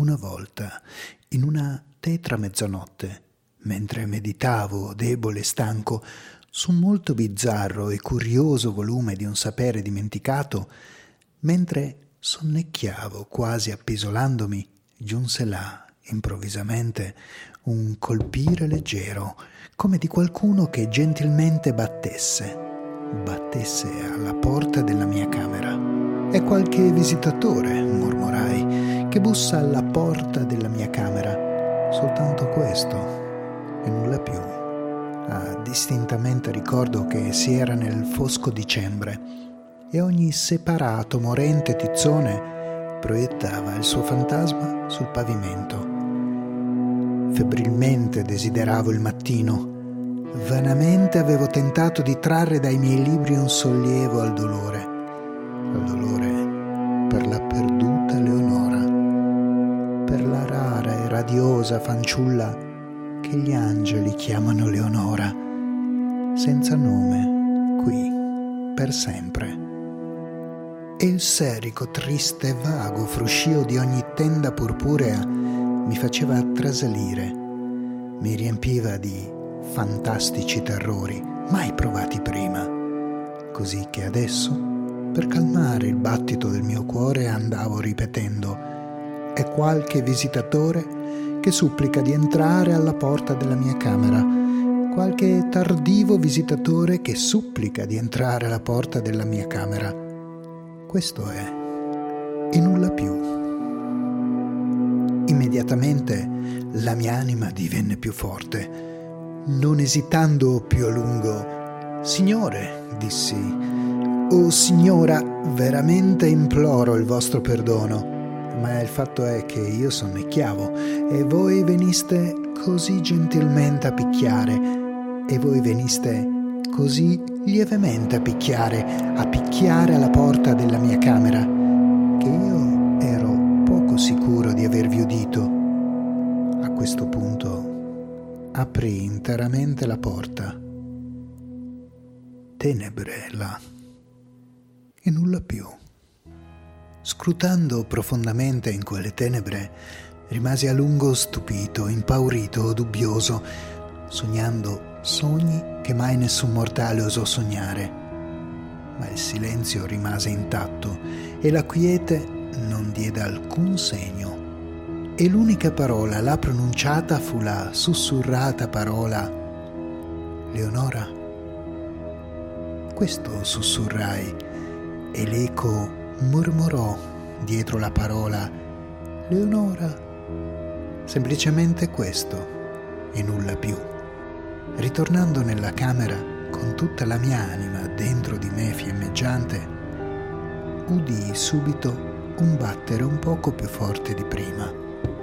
una volta, in una tetra mezzanotte, mentre meditavo, debole e stanco, su un molto bizzarro e curioso volume di un sapere dimenticato, mentre sonnecchiavo quasi appisolandomi, giunse là, improvvisamente, un colpire leggero, come di qualcuno che gentilmente battesse alla porta della mia camera. È qualche visitatore, mormorai, che bussa alla porta della mia camera. Soltanto questo, e nulla più. Distintamente ricordo che si era nel fosco dicembre e ogni separato, morente tizzone proiettava il suo fantasma sul pavimento. Febbrilmente desideravo il mattino. Vanamente avevo tentato di trarre dai miei libri un sollievo al dolore per la perduta Leonora, per la rara e radiosa fanciulla che gli angeli chiamano Leonora, senza nome, qui, per sempre. E il serico, triste e vago fruscio di ogni tenda purpurea mi faceva trasalire, mi riempiva di fantastici terrori mai provati prima, così che adesso, per calmare il battito del mio cuore, andavo ripetendo: è qualche visitatore che supplica di entrare alla porta della mia camera, qualche tardivo visitatore che supplica di entrare alla porta della mia camera. Questo è, e nulla più. Immediatamente la mia anima divenne più forte. Non esitando più a lungo: «Signore», dissi, «o signora, veramente imploro il vostro perdono, ma il fatto è che io sonnecchiavo e voi veniste così gentilmente a picchiare, e voi veniste così lievemente a picchiare alla porta della mia camera, che io ero poco sicuro di avervi udito». A questo punto aprì interamente la porta. Tenebre là, e nulla più. Scrutando profondamente in quelle tenebre, rimasi a lungo stupito, impaurito, dubbioso, sognando sogni che mai nessun mortale osò sognare. Ma il silenzio rimase intatto e la quiete non diede alcun segno. E l'unica parola là pronunciata fu la sussurrata parola «Leonora». Questo sussurrai, e l'eco mormorò dietro la parola «Leonora». Semplicemente questo, e nulla più. Ritornando nella camera con tutta la mia anima dentro di me fiammeggiante, udii subito un battere un poco più forte di prima.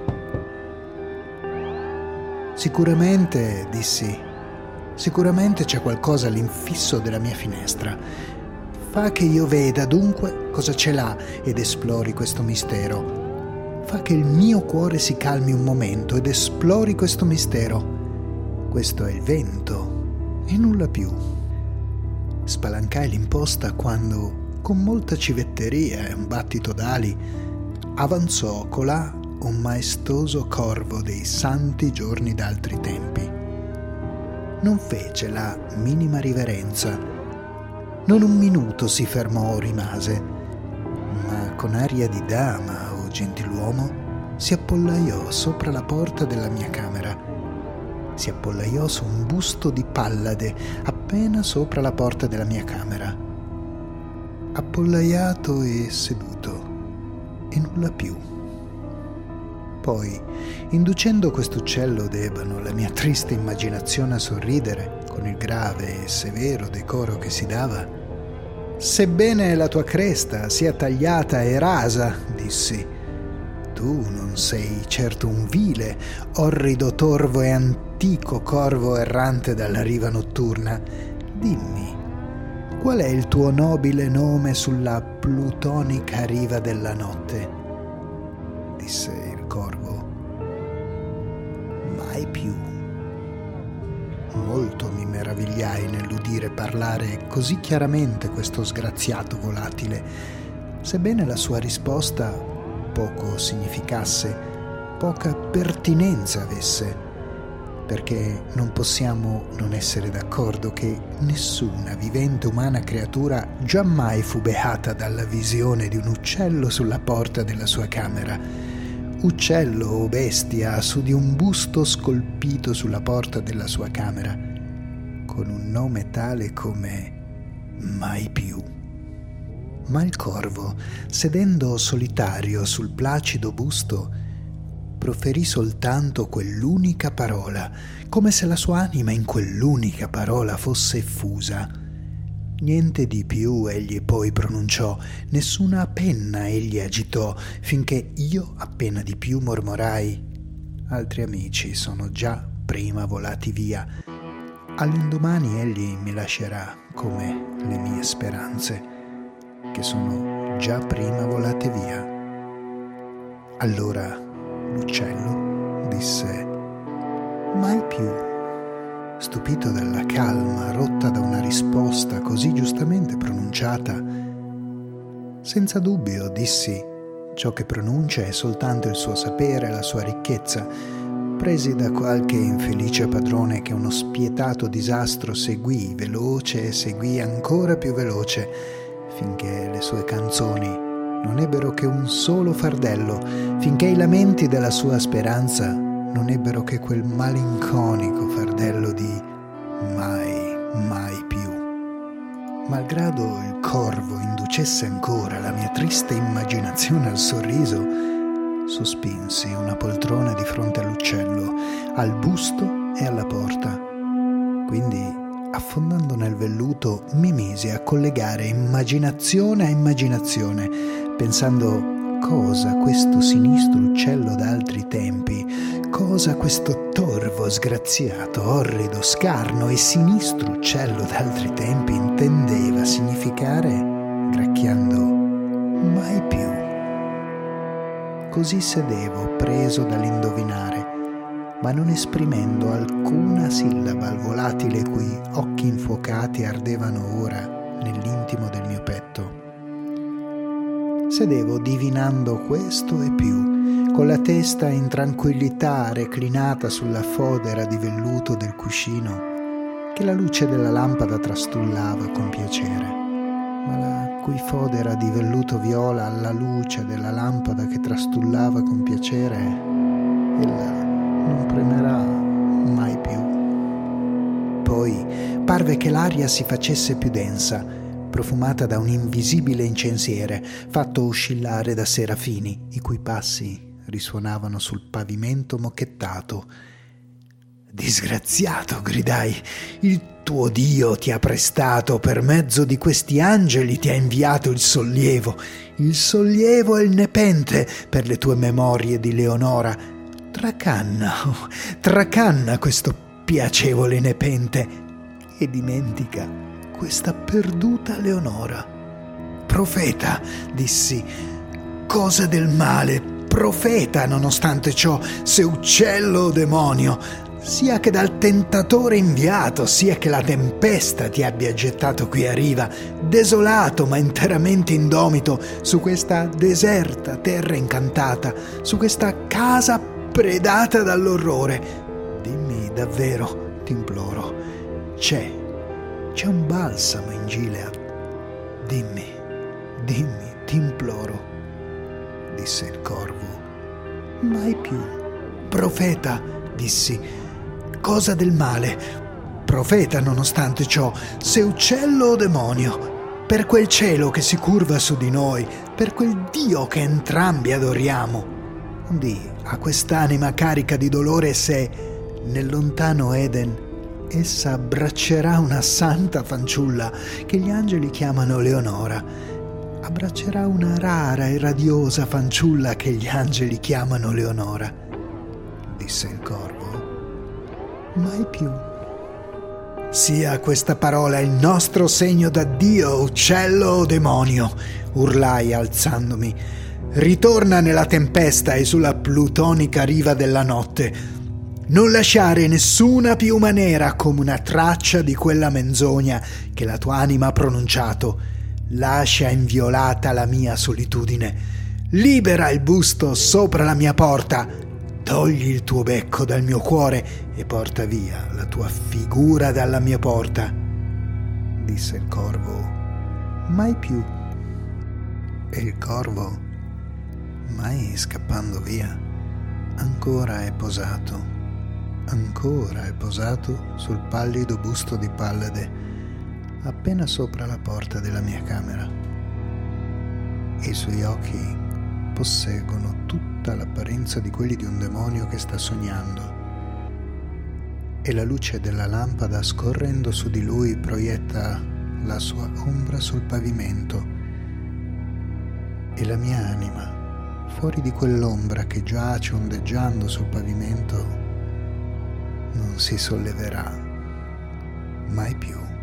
«Sicuramente», dissi, «sicuramente c'è qualcosa all'infisso della mia finestra. Fa che io veda dunque cosa c'è là ed esplori questo mistero. Fa che il mio cuore si calmi un momento ed esplori questo mistero. Questo è il vento e nulla più». Spalancai l'imposta quando, con molta civetteria e un battito d'ali, avanzò colà un maestoso corvo dei santi giorni d'altri tempi. Non fece la minima riverenza, non un minuto si fermò o rimase, ma con aria di dama o gentiluomo si appollaiò sopra la porta della mia camera. Si appollaiò su un busto di Pallade appena sopra la porta della mia camera. Appollaiato e seduto, e nulla più. Poi, inducendo quest'uccello d'ebano la mia triste immaginazione a sorridere con il grave e severo decoro che si dava: «Sebbene la tua cresta sia tagliata e rasa», dissi, «tu non sei certo un vile, orrido, torvo e antico corvo errante dalla riva notturna. Dimmi, qual è il tuo nobile nome sulla plutonica riva della notte?» Disse il corvo: «Mai più». Molto mi meravigliai nell'udire parlare così chiaramente questo sgraziato volatile. Sebbene la sua risposta poco significasse, poca pertinenza avesse, perché non possiamo non essere d'accordo che nessuna vivente umana creatura giammai fu beata dalla visione di un uccello sulla porta della sua camera, uccello o bestia su di un busto scolpito sulla porta della sua camera, con un nome tale come Mai più. Ma il corvo, sedendo solitario sul placido busto, proferì soltanto quell'unica parola, come se la sua anima in quell'unica parola fosse effusa. Niente di più egli poi pronunciò, nessuna penna egli agitò, finché io appena di più mormorai: altri amici sono già prima volati via. All'indomani egli mi lascerà come le mie speranze, che sono già prima volate via. Allora l'uccello disse mai più. Stupito dalla calma rotta da una risposta così giustamente pronunciata, senza dubbio dissi: ciò che pronuncia è soltanto il suo sapere, la sua ricchezza, presi da qualche infelice padrone che uno spietato disastro seguì veloce e seguì ancora più veloce, finché le sue canzoni non ebbero che un solo fardello, finché i lamenti della sua speranza non ebbero che quel malinconico fardello di mai, mai più. Malgrado il corvo inducesse ancora la mia triste immaginazione al sorriso, sospinsi una poltrona di fronte all'uccello, al busto e alla porta. Quindi, affondando nel velluto, mi misi a collegare immaginazione a immaginazione, pensando cosa questo sinistro uccello d'altri tempi, cosa questo torvo sgraziato, orrido, scarno e sinistro uccello d'altri tempi intendeva significare gracchiando mai più. Così sedevo, preso dall'indovinare, ma non esprimendo alcuna sillaba al volatile cui occhi infuocati ardevano ora nell'intimo del mio petto. Sedevo divinando questo e più, con la testa in tranquillità reclinata sulla fodera di velluto del cuscino che la luce della lampada trastullava con piacere, ma la cui fodera di velluto viola alla luce della lampada che trastullava con piacere, ella non premerà mai più. Poi parve che l'aria si facesse più densa, profumata da un invisibile incensiere, fatto oscillare da serafini, i cui passi risuonavano sul pavimento mochettato. Disgraziato, gridai, il tuo Dio ti ha prestato, per mezzo di questi angeli ti ha inviato il sollievo e il nepente per le tue memorie di Leonora. Tracanna questo piacevole nepente e dimentica questa perduta Leonora. Profeta, dissi, cosa del male, profeta nonostante ciò, se uccello o demonio, sia che dal tentatore inviato, sia che la tempesta ti abbia gettato qui a riva, desolato ma interamente indomito, su questa deserta terra incantata, su questa casa predata dall'orrore. Dimmi davvero, t'imploro, c'è un balsamo in Gilead. Dimmi, t'imploro, disse il corvo. Mai più. Profeta, dissi, cosa del male, profeta nonostante ciò, se uccello o demonio, per quel cielo che si curva su di noi, per quel Dio che entrambi adoriamo. Dì a quest'anima carica di dolore se, nel lontano Eden, essa abbraccerà una santa fanciulla che gli angeli chiamano Leonora, abbraccerà una rara e radiosa fanciulla che gli angeli chiamano Leonora, disse il corvo. Mai più. Sia questa parola il nostro segno da Dio, uccello o demonio, urlai alzandomi. Ritorna nella tempesta e sulla plutonica riva della notte. Non lasciare nessuna piuma nera come una traccia di quella menzogna che la tua anima ha pronunciato. Lascia inviolata la mia solitudine. Libera il busto sopra la mia porta. Togli il tuo becco dal mio cuore e porta via la tua figura dalla mia porta, disse il corvo. Mai più. E il corvo, mai scappando via, ancora è posato sul pallido busto di Pallade, appena sopra la porta della mia camera. I suoi occhi posseggono tutta l'apparenza di quelli di un demonio che sta sognando, e la luce della lampada scorrendo su di lui proietta la sua ombra sul pavimento, e la mia anima, fuori di quell'ombra che giace ondeggiando sul pavimento, non si solleverà mai più.